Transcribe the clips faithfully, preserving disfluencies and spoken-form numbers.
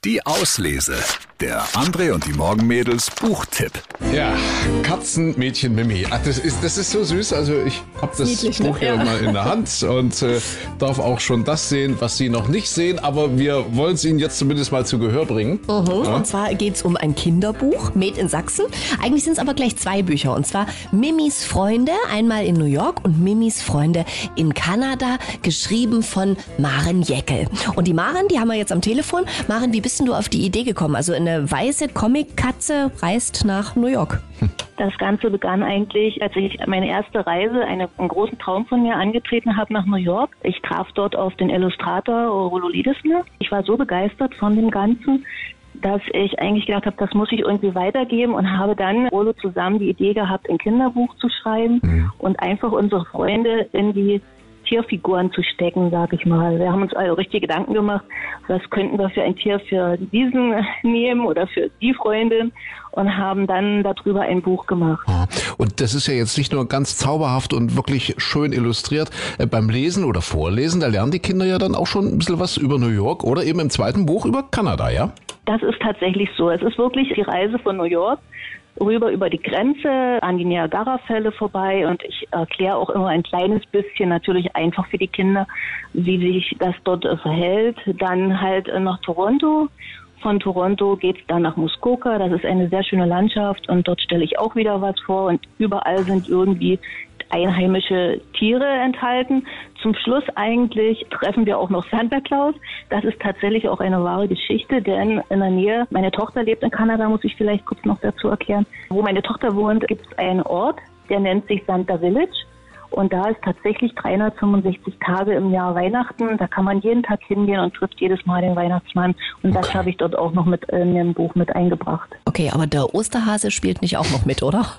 Die Auslese. Der André und die Morgenmädels Buchtipp. Ja, Katzenmädchen Mimi. Ach, das ist, das ist so süß. Also ich habe das Niedlich, Buch ne? ja Ja. mal in der Hand und äh, darf auch schon das sehen, was Sie noch nicht sehen. Aber wir wollen es Ihnen jetzt zumindest mal zu Gehör bringen. Mhm. Ja? Und zwar geht es um ein Kinderbuch, Made in Sachsen. Eigentlich sind es aber gleich zwei Bücher. Und zwar Mimis Freunde, einmal in New York und Mimis Freunde in Kanada, geschrieben von Maren Jäckel. Und die Maren, die haben wir jetzt am Telefon. Maren, wie bist denn du auf die Idee gekommen? Also eine weiße Comic-Katze reist nach New York. Das Ganze begann eigentlich, als ich meine erste Reise, eine, einen großen Traum von mir angetreten habe nach New York. Ich traf dort auf den Illustrator Rollo Liedesner. Ich war so begeistert von dem Ganzen, dass ich eigentlich gedacht habe, das muss ich irgendwie weitergeben und habe dann Rollo zusammen die Idee gehabt, ein Kinderbuch zu schreiben mhm. und einfach unsere Freunde in die Tierfiguren zu stecken, sag ich mal. Wir haben uns also richtig Gedanken gemacht, was könnten wir für ein Tier für diesen nehmen oder für die Freundin und haben dann darüber ein Buch gemacht. Und das ist ja jetzt nicht nur ganz zauberhaft und wirklich schön illustriert. Äh, beim Lesen oder Vorlesen, da lernen die Kinder ja dann auch schon ein bisschen was über New York oder eben im zweiten Buch über Kanada, ja? Das ist tatsächlich so. Es ist wirklich die Reise von New York rüber über die Grenze an die Niagara-Fälle vorbei und ich erkläre auch immer ein kleines bisschen, natürlich einfach für die Kinder, wie sich das dort verhält. Dann halt nach Toronto. Von Toronto geht's dann nach Muskoka. Das ist eine sehr schöne Landschaft und dort stelle ich auch wieder was vor und überall sind irgendwie einheimische Tiere enthalten. Zum Schluss eigentlich treffen wir auch noch Santa Claus. Das ist tatsächlich auch eine wahre Geschichte, denn in der Nähe, meine Tochter lebt in Kanada, muss ich vielleicht kurz noch dazu erklären. Wo meine Tochter wohnt, gibt es einen Ort, der nennt sich Santa Village. Und da ist tatsächlich dreihundertfünfundsechzig Tage im Jahr Weihnachten. Da kann man jeden Tag hingehen und trifft jedes Mal den Weihnachtsmann. Und das okay. habe ich dort auch noch mit in dem Buch mit eingebracht. Okay, aber der Osterhase spielt nicht auch noch mit, oder?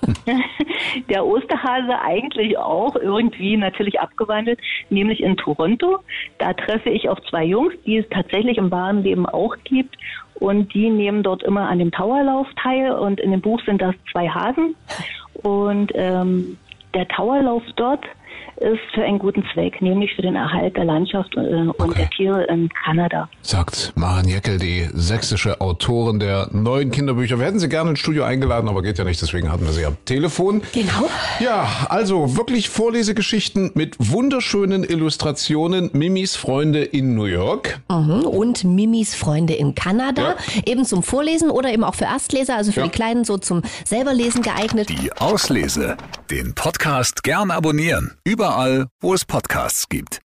Der Osterhase eigentlich auch, irgendwie natürlich abgewandelt, nämlich in Toronto. Da treffe ich auf zwei Jungs, die es tatsächlich im wahren Leben auch gibt. Und die nehmen dort immer an dem Towerlauf teil. Und in dem Buch sind das zwei Hasen. Und ähm, der Towerlauf dort ist für einen guten Zweck, nämlich für den Erhalt der Landschaft äh, und okay. der Tiere in Kanada. Sagt Maren Jäckel, die sächsische Autorin der neuen Kinderbücher. Wir hätten sie gerne ins Studio eingeladen, aber geht ja nicht, deswegen hatten wir sie am Telefon. Genau. Ja, also wirklich Vorlesegeschichten mit wunderschönen Illustrationen. Mimis Freunde in New York. Mhm. Und Mimis Freunde in Kanada. Ja. Eben zum Vorlesen oder eben auch für Erstleser, also für ja. die Kleinen so zum selberlesen geeignet. Die Auslese. Den Podcast gern abonnieren. Überall, wo es Podcasts gibt.